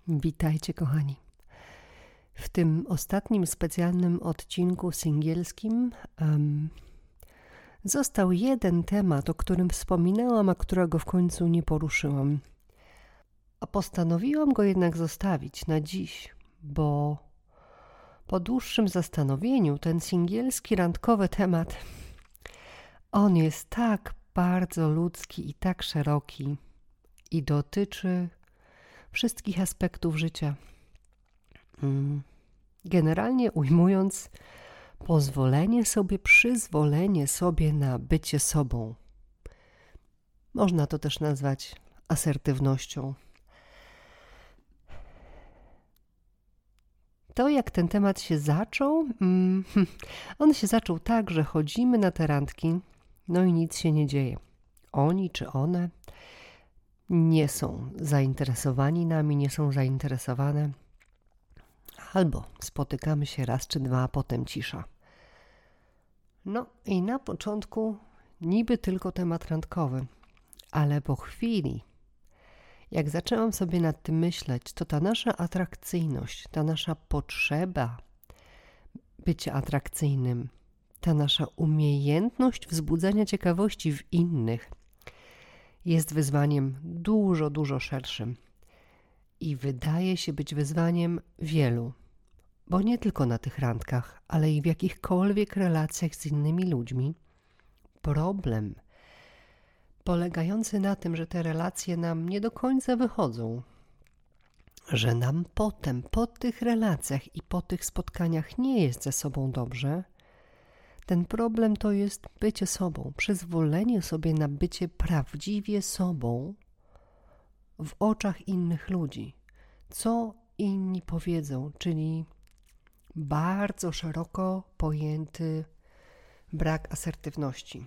Witajcie kochani. W tym ostatnim specjalnym odcinku singielskim został jeden temat, o którym wspominałam, a którego w końcu nie poruszyłam. A postanowiłam go jednak zostawić na dziś, bo po dłuższym zastanowieniu ten singielski, randkowy temat, on jest tak bardzo ludzki i tak szeroki i dotyczy wszystkich aspektów życia. Generalnie ujmując, przyzwolenie sobie na bycie sobą. Można to też nazwać asertywnością. To jak ten temat się zaczął? On się zaczął tak, że chodzimy na te randki, no i nic się nie dzieje. Oni czy one nie są zainteresowani nami, nie są zainteresowane. Albo spotykamy się raz czy dwa, a potem cisza. No i na początku niby tylko temat randkowy, ale po chwili, jak zaczęłam sobie nad tym myśleć, to ta nasza atrakcyjność, ta nasza potrzeba bycia atrakcyjnym, ta nasza umiejętność wzbudzania ciekawości w innych jest wyzwaniem dużo, dużo szerszym i wydaje się być wyzwaniem wielu, bo nie tylko na tych randkach, ale i w jakichkolwiek relacjach z innymi ludźmi. Problem polegający na tym, że te relacje nam nie do końca wychodzą, że nam potem po tych relacjach i po tych spotkaniach nie jest ze sobą dobrze. Ten problem to jest bycie sobą, przyzwolenie sobie na bycie prawdziwie sobą w oczach innych ludzi. Co inni powiedzą, czyli bardzo szeroko pojęty brak asertywności.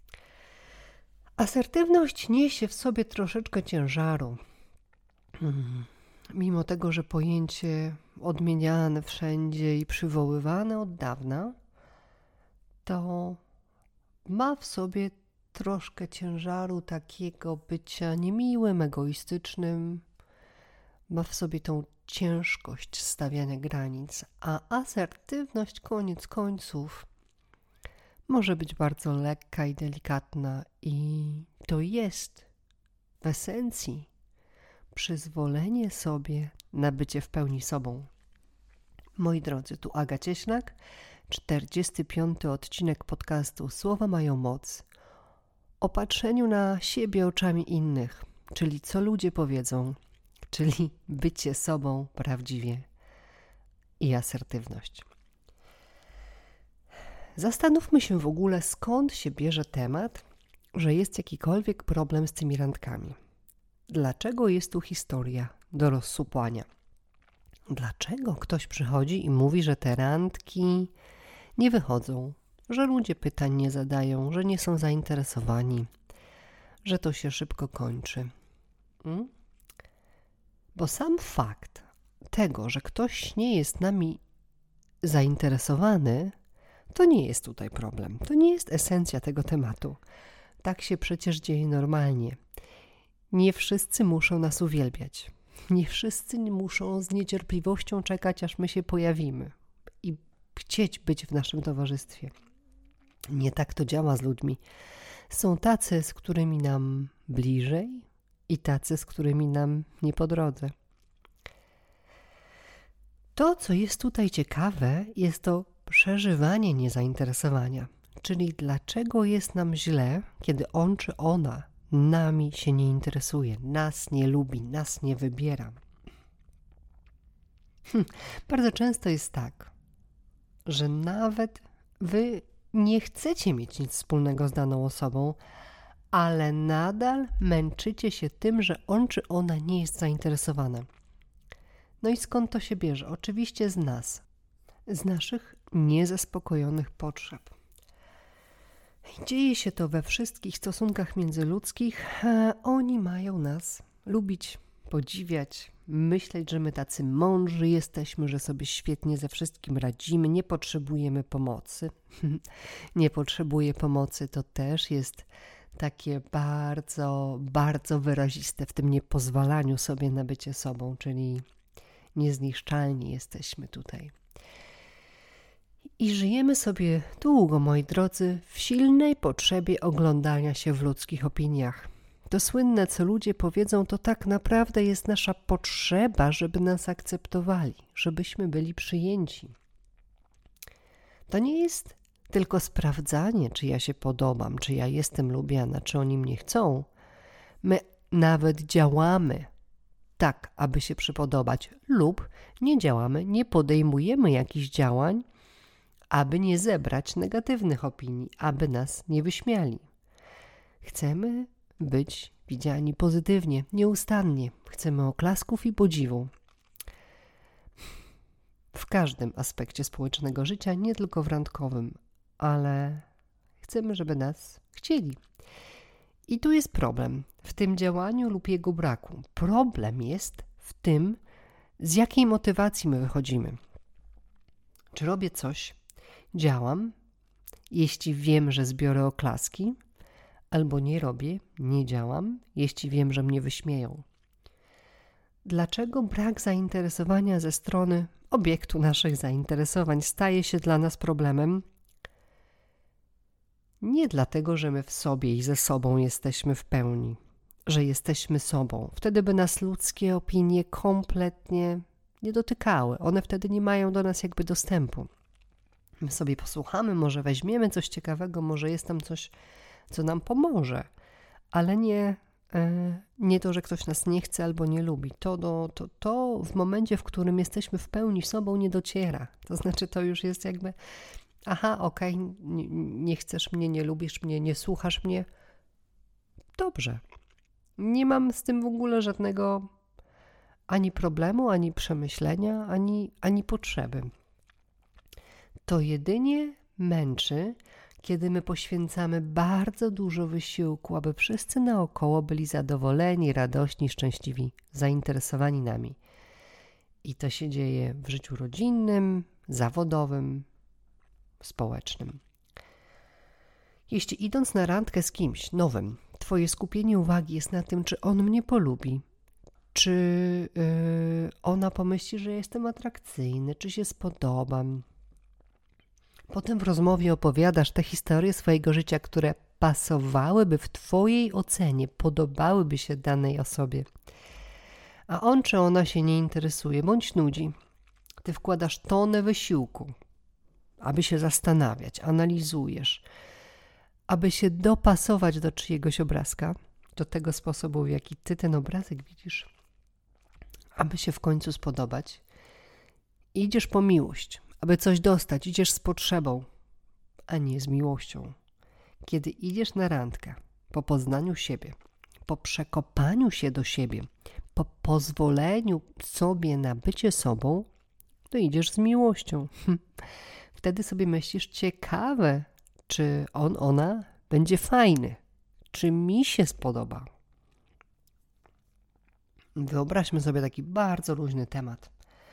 Asertywność niesie w sobie troszeczkę ciężaru. Mimo tego, że pojęcie odmieniane wszędzie i przywoływane od dawna, to ma w sobie troszkę ciężaru takiego bycia niemiłym, egoistycznym. Ma w sobie tą ciężkość stawiania granic, a asertywność koniec końców może być bardzo lekka i delikatna i to jest w esencji przyzwolenie sobie na bycie w pełni sobą. Moi drodzy, tu Aga Cieślak, 45. odcinek podcastu Słowa mają moc. O patrzeniu na siebie oczami innych, czyli co ludzie powiedzą, czyli bycie sobą prawdziwie i asertywność. Zastanówmy się w ogóle, skąd się bierze temat, że jest jakikolwiek problem z tymi randkami. Dlaczego jest tu historia do rozsupłania? Dlaczego ktoś przychodzi i mówi, że te randki nie wychodzą, że ludzie pytań nie zadają, że nie są zainteresowani, że to się szybko kończy? Bo sam fakt tego, że ktoś nie jest nami zainteresowany, to nie jest tutaj problem. To nie jest esencja tego tematu. Tak się przecież dzieje normalnie. Nie wszyscy muszą nas uwielbiać. Nie wszyscy muszą z niecierpliwością czekać, aż my się pojawimy i chcieć być w naszym towarzystwie. Nie tak to działa z ludźmi. Są tacy, z którymi nam bliżej i tacy, z którymi nam nie po drodze. To, co jest tutaj ciekawe, jest to przeżywanie niezainteresowania. Czyli dlaczego jest nam źle, kiedy on czy ona nami się nie interesuje, nas nie lubi, nas nie wybiera. Bardzo często jest tak, że nawet wy nie chcecie mieć nic wspólnego z daną osobą, ale nadal męczycie się tym, że on czy ona nie jest zainteresowana. No i skąd to się bierze? Oczywiście z nas, z naszych niezaspokojonych potrzeb. Dzieje się to we wszystkich stosunkach międzyludzkich. Oni mają nas lubić, podziwiać, myśleć, że my tacy mądrzy jesteśmy, że sobie świetnie ze wszystkim radzimy, nie potrzebujemy pomocy. Nie potrzebuję pomocy, to też jest takie bardzo, bardzo wyraziste w tym niepozwalaniu sobie na bycie sobą, czyli niezniszczalni jesteśmy tutaj. I żyjemy sobie długo, moi drodzy, w silnej potrzebie oglądania się w ludzkich opiniach. To słynne, co ludzie powiedzą, to tak naprawdę jest nasza potrzeba, żeby nas akceptowali, żebyśmy byli przyjęci. To nie jest tylko sprawdzanie, czy ja się podobam, czy ja jestem lubiana, czy oni mnie chcą. My nawet działamy tak, aby się przypodobać, lub nie działamy, nie podejmujemy jakichś działań, aby nie zebrać negatywnych opinii, aby nas nie wyśmiali. Chcemy być widziani pozytywnie, nieustannie. Chcemy oklasków i podziwu. W każdym aspekcie społecznego życia, nie tylko w randkowym, ale chcemy, żeby nas chcieli. I tu jest problem w tym działaniu lub jego braku. Problem jest w tym, z jakiej motywacji my wychodzimy. Czy robię coś, działam, jeśli wiem, że zbiorę oklaski, albo nie robię, nie działam, jeśli wiem, że mnie wyśmieją. Dlaczego brak zainteresowania ze strony obiektu naszych zainteresowań staje się dla nas problemem? Nie dlatego, że my w sobie i ze sobą jesteśmy w pełni, że jesteśmy sobą. Wtedy by nas ludzkie opinie kompletnie nie dotykały. One wtedy nie mają do nas jakby dostępu. My sobie posłuchamy, może weźmiemy coś ciekawego, może jest tam coś, co nam pomoże, ale nie to, że ktoś nas nie chce albo nie lubi. To w momencie, w którym jesteśmy w pełni sobą, nie dociera. To znaczy, to już jest jakby okej, nie chcesz mnie, nie lubisz mnie, nie słuchasz mnie. Dobrze. Nie mam z tym w ogóle żadnego ani problemu, ani przemyślenia, ani potrzeby. To jedynie męczy, kiedy my poświęcamy bardzo dużo wysiłku, aby wszyscy naokoło byli zadowoleni, radośni, szczęśliwi, zainteresowani nami. I to się dzieje w życiu rodzinnym, zawodowym, społecznym. Jeśli idąc na randkę z kimś nowym, twoje skupienie uwagi jest na tym, czy on mnie polubi, czy ona pomyśli, że jestem atrakcyjny, czy się spodobam. Potem w rozmowie opowiadasz te historie swojego życia, które pasowałyby w twojej ocenie, podobałyby się danej osobie. A on czy ona się nie interesuje, bądź nudzi. Ty wkładasz tonę wysiłku, aby się zastanawiać, analizujesz, aby się dopasować do czyjegoś obrazka, do tego sposobu, w jaki ty ten obrazek widzisz, aby się w końcu spodobać. Idziesz po miłość, aby coś dostać, idziesz z potrzebą, a nie z miłością. Kiedy idziesz na randkę, po poznaniu siebie, po przekopaniu się do siebie, po pozwoleniu sobie na bycie sobą, to idziesz z miłością. Wtedy sobie myślisz, ciekawe, czy ona będzie fajny, czy mi się spodoba. Wyobraźmy sobie taki bardzo luźny temat.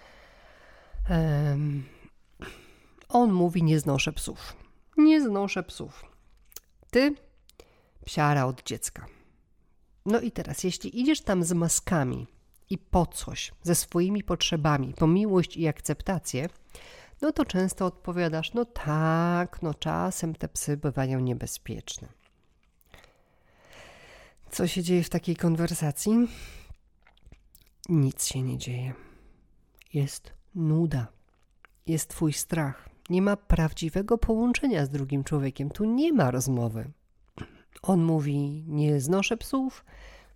On mówi, nie znoszę psów. Nie znoszę psów. Ty, psiara od dziecka. No i teraz, jeśli idziesz tam z maskami i po coś, ze swoimi potrzebami, po miłość i akceptację, no to często odpowiadasz, no tak, no czasem te psy bywają niebezpieczne. Co się dzieje w takiej konwersacji? Nic się nie dzieje. Jest nuda. Jest twój strach. Nie ma prawdziwego połączenia z drugim człowiekiem. Tu nie ma rozmowy. On mówi, nie znoszę psów.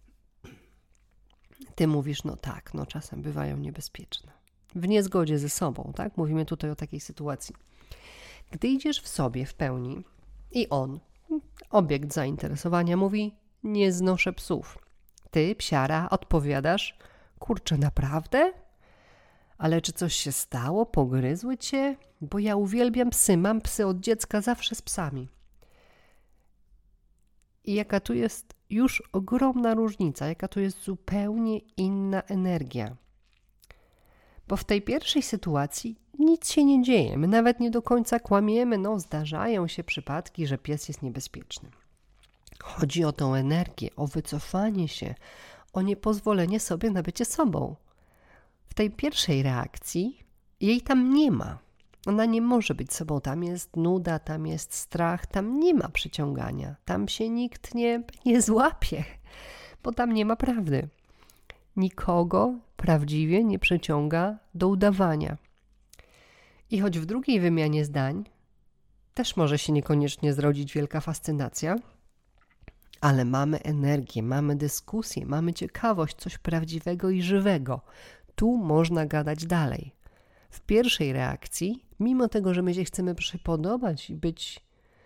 Ty mówisz, no tak, no czasem bywają niebezpieczne. W niezgodzie ze sobą, tak? Mówimy tutaj o takiej sytuacji. Gdy idziesz w sobie w pełni i on, obiekt zainteresowania, mówi, nie znoszę psów. Ty, psiara, odpowiadasz, kurczę, naprawdę? Ale czy coś się stało? Pogryzły cię? Bo ja uwielbiam psy, mam psy od dziecka, zawsze z psami. I jaka tu jest już ogromna różnica, jaka tu jest zupełnie inna energia. Bo w tej pierwszej sytuacji nic się nie dzieje, my nawet nie do końca kłamiemy, no zdarzają się przypadki, że pies jest niebezpieczny. Chodzi o tą energię, o wycofanie się, o niepozwolenie sobie na bycie sobą. W tej pierwszej reakcji jej tam nie ma. Ona nie może być sobą. Tam jest nuda, tam jest strach, tam nie ma przyciągania. Tam się nikt nie złapie, bo tam nie ma prawdy. Nikogo prawdziwie nie przyciąga do udawania. I choć w drugiej wymianie zdań też może się niekoniecznie zrodzić wielka fascynacja, ale mamy energię, mamy dyskusję, mamy ciekawość, coś prawdziwego i żywego. Tu można gadać dalej. W pierwszej reakcji, mimo tego, że my się chcemy przypodobać i być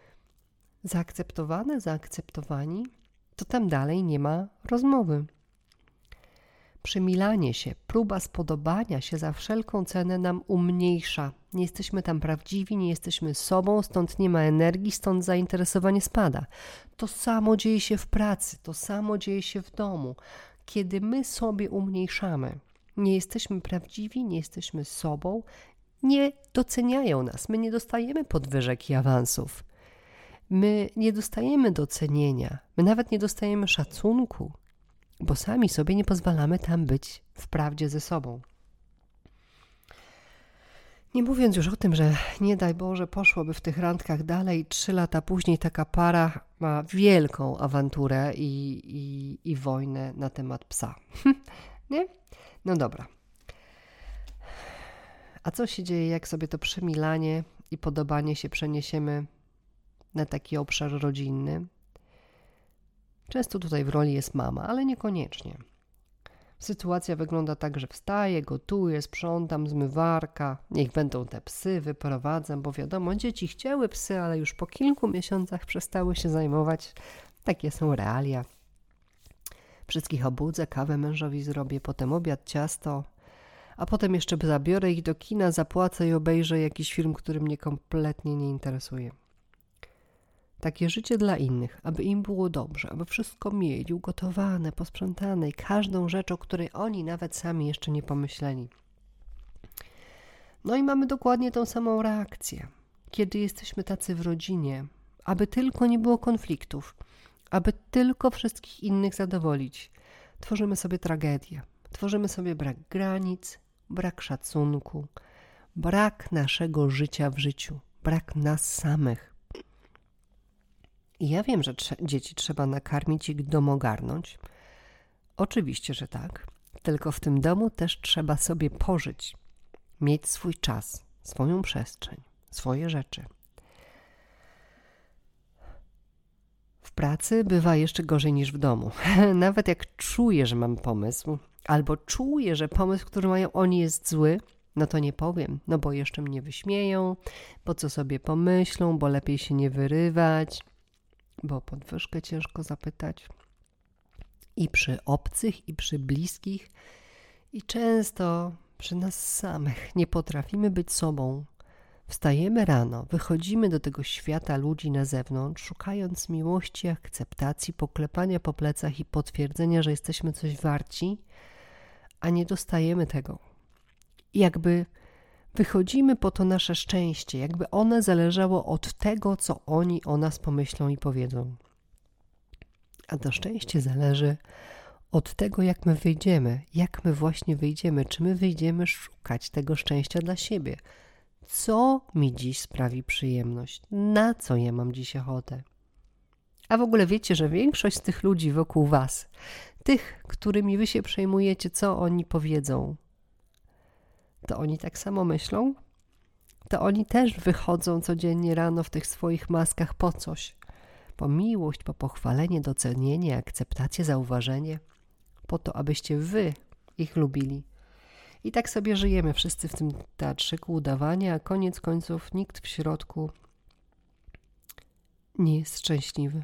zaakceptowani, to tam dalej nie ma rozmowy. Przymilanie się, próba spodobania się za wszelką cenę nam umniejsza. Nie jesteśmy tam prawdziwi, nie jesteśmy sobą, stąd nie ma energii, stąd zainteresowanie spada. To samo dzieje się w pracy, to samo dzieje się w domu. Kiedy my sobie umniejszamy, nie jesteśmy prawdziwi, nie jesteśmy sobą, nie doceniają nas, my nie dostajemy podwyżek i awansów. My nie dostajemy docenienia, my nawet nie dostajemy szacunku, bo sami sobie nie pozwalamy tam być wprawdzie ze sobą. Nie mówiąc już o tym, że nie daj Boże poszłoby w tych randkach dalej, 3 lata później taka para ma wielką awanturę i wojnę na temat psa. Nie? No dobra. A co się dzieje, jak sobie to przemilanie i podobanie się przeniesiemy na taki obszar rodzinny? Często tutaj w roli jest mama, ale niekoniecznie. Sytuacja wygląda tak, że wstaję, gotuję, sprzątam, zmywarka, niech będą te psy, wyprowadzam, bo wiadomo, dzieci chciały psy, ale już po kilku miesiącach przestały się zajmować. Takie są realia. Wszystkich obudzę, kawę mężowi zrobię, potem obiad, ciasto, a potem jeszcze zabiorę ich do kina, zapłacę i obejrzę jakiś film, który mnie kompletnie nie interesuje. Takie życie dla innych, aby im było dobrze, aby wszystko mieli ugotowane, posprzątane i każdą rzecz, o której oni nawet sami jeszcze nie pomyśleli. No i mamy dokładnie tą samą reakcję. Kiedy jesteśmy tacy w rodzinie, aby tylko nie było konfliktów, aby tylko wszystkich innych zadowolić, tworzymy sobie tragedię, tworzymy sobie brak granic, brak szacunku, brak naszego życia w życiu, brak nas samych. I ja wiem, że dzieci trzeba nakarmić i dom ogarnąć. Oczywiście, że tak. Tylko w tym domu też trzeba sobie pożyć. Mieć swój czas, swoją przestrzeń, swoje rzeczy. W pracy bywa jeszcze gorzej niż w domu. Nawet jak czuję, że mam pomysł, albo czuję, że pomysł, który mają oni jest zły, no to nie powiem, no bo jeszcze mnie wyśmieją, bo co sobie pomyślą, bo lepiej się nie wyrywać, bo o podwyżkę ciężko zapytać. I przy obcych, i przy bliskich, i często przy nas samych nie potrafimy być sobą. Wstajemy rano, wychodzimy do tego świata ludzi na zewnątrz, szukając miłości, akceptacji, poklepania po plecach i potwierdzenia, że jesteśmy coś warci, a nie dostajemy tego. I jakby wychodzimy po to nasze szczęście, jakby one zależało od tego, co oni o nas pomyślą i powiedzą. A to szczęście zależy od tego, jak my wyjdziemy, jak my właśnie wyjdziemy, czy my wyjdziemy szukać tego szczęścia dla siebie. Co mi dziś sprawi przyjemność? Na co ja mam dziś ochotę? A w ogóle wiecie, że większość z tych ludzi wokół was, tych, którymi wy się przejmujecie, co oni powiedzą, to oni tak samo myślą? To oni też wychodzą codziennie rano w tych swoich maskach po coś. Po miłość, po pochwalenie, docenienie, akceptację, zauważenie. Po to, abyście wy ich lubili. I tak sobie żyjemy wszyscy w tym teatrzyku udawania, a koniec końców nikt w środku nie jest szczęśliwy.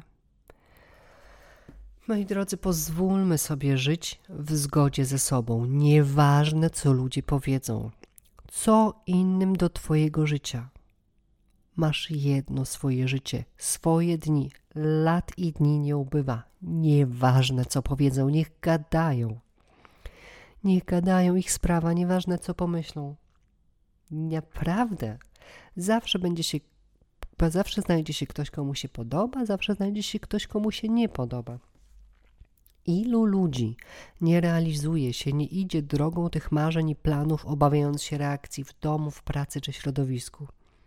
Moi drodzy, pozwólmy sobie żyć w zgodzie ze sobą. Nieważne, co ludzie powiedzą. Co innym do twojego życia? Masz jedno swoje życie, swoje dni. Lat i dni nie ubywa. Nieważne, co powiedzą, niech gadają. Niech gadają, ich sprawa, nieważne, co pomyślą. Naprawdę. Zawsze znajdzie się ktoś, komu się podoba, zawsze znajdzie się ktoś, komu się nie podoba. Ilu ludzi nie realizuje się, nie idzie drogą tych marzeń i planów, obawiając się reakcji w domu, w pracy czy środowisku.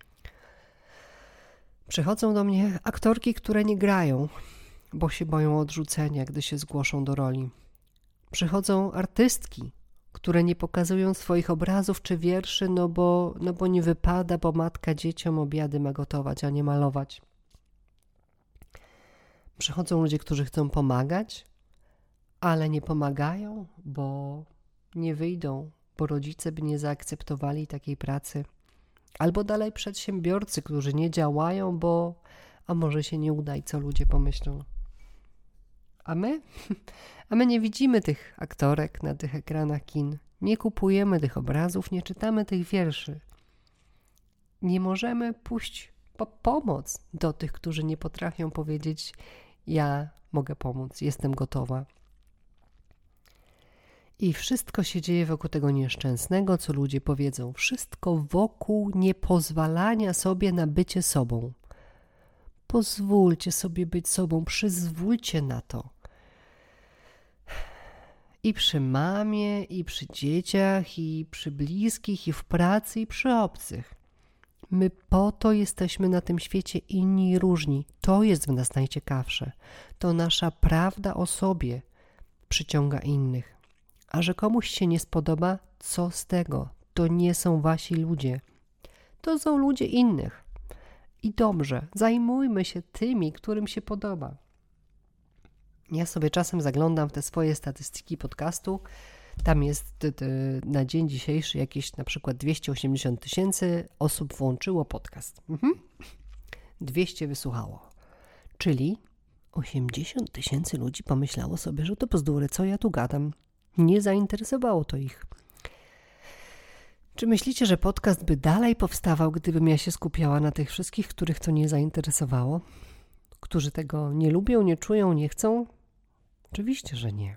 Przychodzą do mnie aktorki, które nie grają, bo się boją odrzucenia, gdy się zgłoszą do roli. Przychodzą artystki, które nie pokazują swoich obrazów czy wierszy, no bo nie wypada, bo matka dzieciom obiady ma gotować, a nie malować. Przychodzą ludzie, którzy chcą pomagać, ale nie pomagają, bo nie wyjdą, bo rodzice by nie zaakceptowali takiej pracy. Albo dalej przedsiębiorcy, którzy nie działają, a może się nie uda i co ludzie pomyślą. A my nie widzimy tych aktorek na tych ekranach kin. Nie kupujemy tych obrazów, nie czytamy tych wierszy. Nie możemy pójść po pomoc do tych, którzy nie potrafią powiedzieć: ja mogę pomóc, jestem gotowa. I wszystko się dzieje wokół tego nieszczęsnego, co ludzie powiedzą. Wszystko wokół niepozwalania sobie na bycie sobą. Pozwólcie sobie być sobą, przyzwólcie na to. I przy mamie, i przy dzieciach, i przy bliskich, i w pracy, i przy obcych. My po to jesteśmy na tym świecie inni i różni. To jest w nas najciekawsze. To nasza prawda o sobie przyciąga innych. A że komuś się nie spodoba, co z tego? To nie są wasi ludzie. To są ludzie innych. I dobrze, zajmujmy się tymi, którym się podoba. Ja sobie czasem zaglądam w te swoje statystyki podcastu. Tam jest na dzień dzisiejszy jakieś na przykład 280 000 osób włączyło podcast. 200 wysłuchało. Czyli 80 000 ludzi pomyślało sobie, że to bzdury, co ja tu gadam. Nie zainteresowało to ich. Czy myślicie, że podcast by dalej powstawał, gdybym ja się skupiała na tych wszystkich, których to nie zainteresowało? Którzy tego nie lubią, nie czują, nie chcą? Oczywiście, że nie.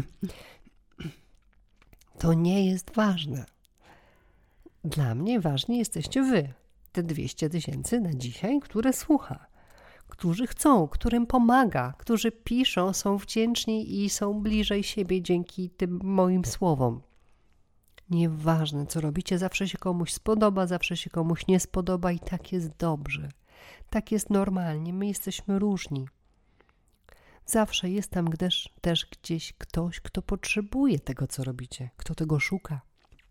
To nie jest ważne. Dla mnie ważni jesteście wy. Te 200 000 na dzisiaj, które słucha. Którzy chcą, którym pomaga, którzy piszą, są wdzięczni i są bliżej siebie dzięki tym moim słowom. Nieważne, co robicie, zawsze się komuś spodoba, zawsze się komuś nie spodoba i tak jest dobrze. Tak jest normalnie, my jesteśmy różni. Zawsze jest tam też gdzieś ktoś, kto potrzebuje tego, co robicie, kto tego szuka.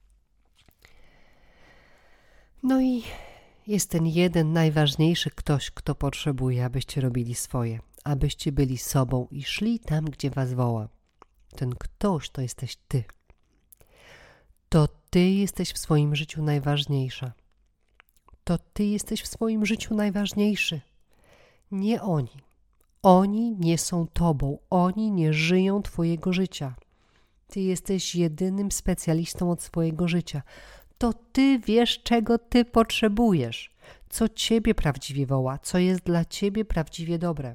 No i jest ten jeden najważniejszy ktoś, kto potrzebuje, abyście robili swoje, abyście byli sobą i szli tam, gdzie was woła. Ten ktoś to jesteś ty. To ty jesteś w swoim życiu najważniejsza. To ty jesteś w swoim życiu najważniejszy. Nie oni. Oni nie są tobą. Oni nie żyją twojego życia. Ty jesteś jedynym specjalistą od swojego życia. To ty wiesz, czego ty potrzebujesz, co ciebie prawdziwie woła, co jest dla ciebie prawdziwie dobre.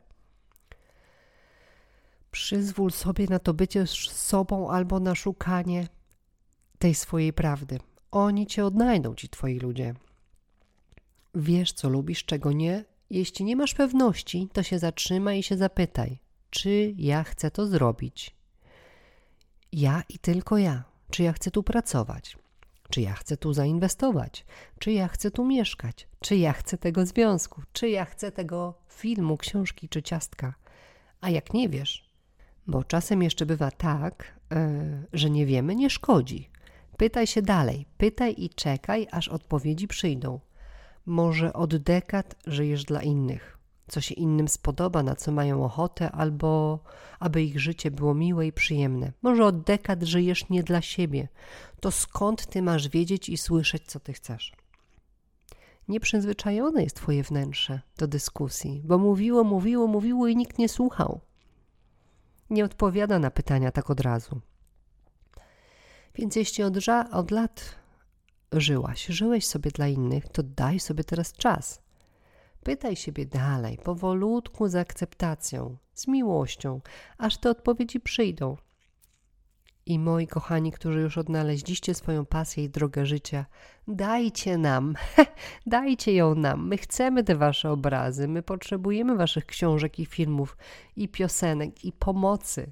Przyzwól sobie na to bycie z sobą albo na szukanie tej swojej prawdy. Oni cię odnajdą, ci twoi ludzie. Wiesz, co lubisz, czego nie. Jeśli nie masz pewności, to się zatrzymaj i się zapytaj, czy ja chcę to zrobić. Ja i tylko ja. Czy ja chcę tu pracować? Czy ja chcę tu zainwestować? Czy ja chcę tu mieszkać? Czy ja chcę tego związku? Czy ja chcę tego filmu, książki czy ciastka? A jak nie wiesz, bo czasem jeszcze bywa tak, że nie wiemy, nie szkodzi. Pytaj się dalej, pytaj i czekaj, aż odpowiedzi przyjdą. Może od dekad żyjesz dla innych, co się innym spodoba, na co mają ochotę, albo aby ich życie było miłe i przyjemne. Może od dekad żyjesz nie dla siebie. To skąd ty masz wiedzieć i słyszeć, co ty chcesz? Nieprzyzwyczajone jest twoje wnętrze do dyskusji, bo mówiło i nikt nie słuchał. Nie odpowiada na pytania tak od razu. Więc jeśli od lat żyłeś sobie dla innych, to daj sobie teraz czas. Pytaj siebie dalej, powolutku, z akceptacją, z miłością, aż te odpowiedzi przyjdą. I moi kochani, którzy już odnaleźliście swoją pasję i drogę życia, dajcie nam, dajcie ją nam. My chcemy te wasze obrazy, my potrzebujemy waszych książek i filmów, i piosenek, i pomocy.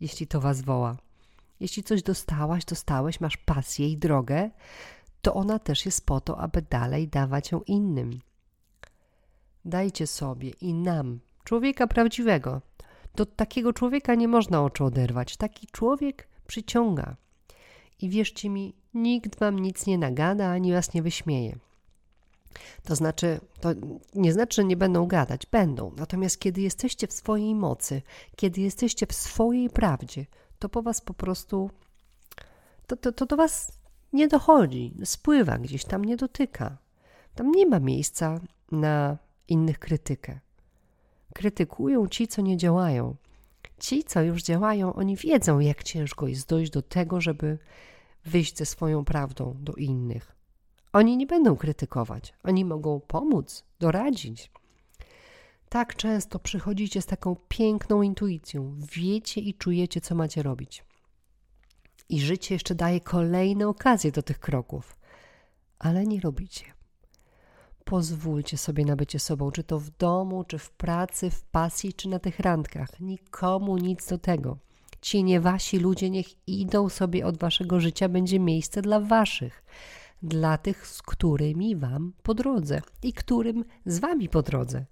jeśli to was woła. Jeśli coś dostałeś, masz pasję i drogę, to ona też jest po to, aby dalej dawać ją innym. Dajcie sobie i nam, człowieka prawdziwego. Do takiego człowieka nie można oczu oderwać. Taki człowiek przyciąga. I wierzcie mi, nikt wam nic nie nagada, ani was nie wyśmieje. To nie znaczy, że nie będą gadać. Będą. Natomiast kiedy jesteście w swojej mocy, kiedy jesteście w swojej prawdzie, to po was po prostu, to do was nie dochodzi. Spływa gdzieś, tam nie dotyka. Tam nie ma miejsca na innych krytykę. Krytykują ci, co nie działają. Ci, co już działają, oni wiedzą, jak ciężko jest dojść do tego, żeby wyjść ze swoją prawdą do innych. Oni nie będą krytykować. Oni mogą pomóc, doradzić. Tak często przychodzicie z taką piękną intuicją. Wiecie i czujecie, co macie robić. I życie jeszcze daje kolejne okazje do tych kroków. Ale nie robicie. Pozwólcie sobie na bycie sobą, czy to w domu, czy w pracy, w pasji, czy na tych randkach. Nikomu nic do tego. Ci nie wasi ludzie niech idą sobie od waszego życia, będzie miejsce dla waszych. Dla tych, z którymi wam po drodze i którym z wami po drodze.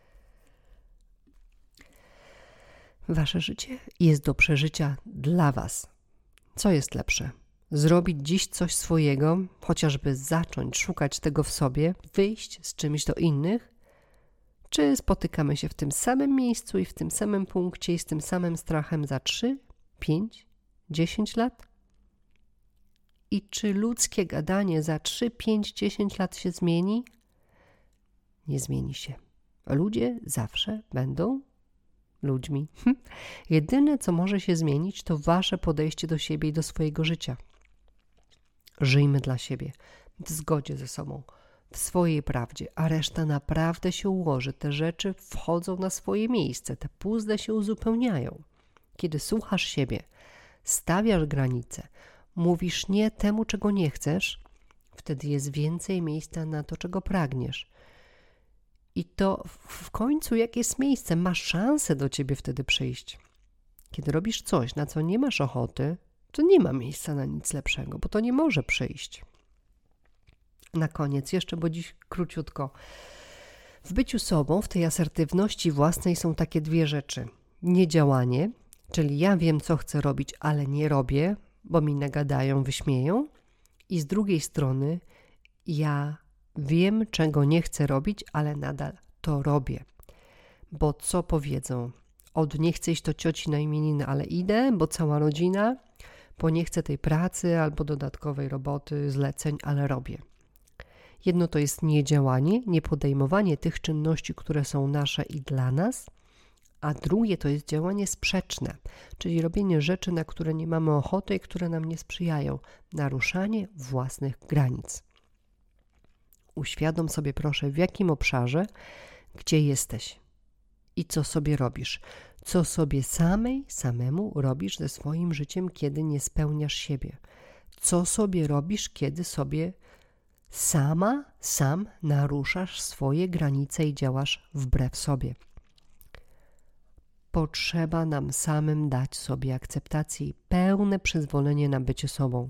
Wasze życie jest do przeżycia dla was. Co jest lepsze? Zrobić dziś coś swojego, chociażby zacząć szukać tego w sobie, wyjść z czymś do innych? Czy spotykamy się w tym samym miejscu i w tym samym punkcie i z tym samym strachem za 3, 5, 10 lat? I czy ludzkie gadanie za 3, 5, 10 lat się zmieni? Nie zmieni się. Ludzie zawsze będą ludźmi. Jedyne, co może się zmienić, to wasze podejście do siebie i do swojego życia. Żyjmy dla siebie, w zgodzie ze sobą, w swojej prawdzie, a reszta naprawdę się ułoży. Te rzeczy wchodzą na swoje miejsce, te puzzle się uzupełniają. Kiedy słuchasz siebie, stawiasz granice, mówisz nie temu, czego nie chcesz, wtedy jest więcej miejsca na to, czego pragniesz. I to w końcu, jak jest miejsce, masz szansę do ciebie wtedy przyjść. Kiedy robisz coś, na co nie masz ochoty, to nie ma miejsca na nic lepszego, bo to nie może przyjść. Na koniec jeszcze, bo dziś króciutko. W byciu sobą, w tej asertywności własnej są takie dwie rzeczy. Niedziałanie, czyli ja wiem, co chcę robić, ale nie robię, bo mi nagadają, wyśmieją. I z drugiej strony ja wiem, czego nie chcę robić, ale nadal to robię. Bo co powiedzą? Nie chcę iść do cioci na imieniny, ale idę, bo cała rodzina, bo nie chcę tej pracy albo dodatkowej roboty, zleceń, ale robię. Jedno to jest niedziałanie, niepodejmowanie tych czynności, które są nasze i dla nas, a drugie to jest działanie sprzeczne, czyli robienie rzeczy, na które nie mamy ochoty i które nam nie sprzyjają, naruszanie własnych granic. Uświadom sobie proszę, w jakim obszarze, gdzie jesteś i co sobie robisz. Co sobie samemu robisz ze swoim życiem, kiedy nie spełniasz siebie. Co sobie robisz, kiedy sobie sam naruszasz swoje granice i działasz wbrew sobie. Potrzeba nam samym dać sobie akceptację i pełne przyzwolenie na bycie sobą.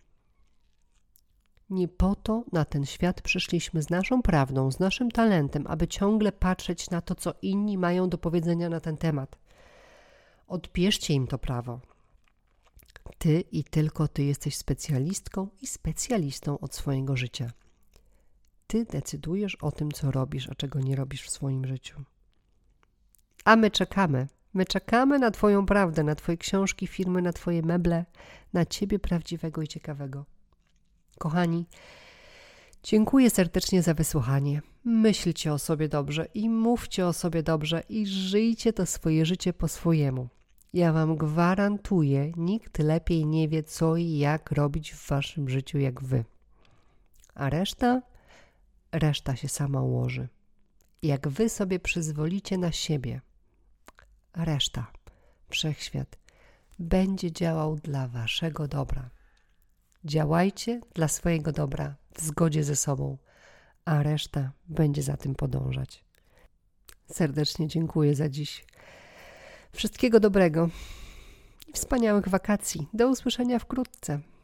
Nie po to na ten świat przyszliśmy z naszą prawdą, z naszym talentem, aby ciągle patrzeć na to, co inni mają do powiedzenia na ten temat. Odbierzcie im to prawo. Ty i tylko ty jesteś specjalistką i specjalistą od swojego życia. Ty decydujesz o tym, co robisz, a czego nie robisz w swoim życiu. A my czekamy. My czekamy na twoją prawdę, na twoje książki, filmy, na twoje meble, na ciebie prawdziwego i ciekawego. Kochani, dziękuję serdecznie za wysłuchanie. Myślcie o sobie dobrze i mówcie o sobie dobrze i żyjcie to swoje życie po swojemu. Ja wam gwarantuję, nikt lepiej nie wie, co i jak robić w waszym życiu jak wy. A reszta się sama ułoży. Jak wy sobie przyzwolicie na siebie, reszta, wszechświat będzie działał dla waszego dobra. Działajcie dla swojego dobra w zgodzie ze sobą, a reszta będzie za tym podążać. Serdecznie dziękuję za dziś. Wszystkiego dobrego. Wspaniałych wakacji. Do usłyszenia wkrótce.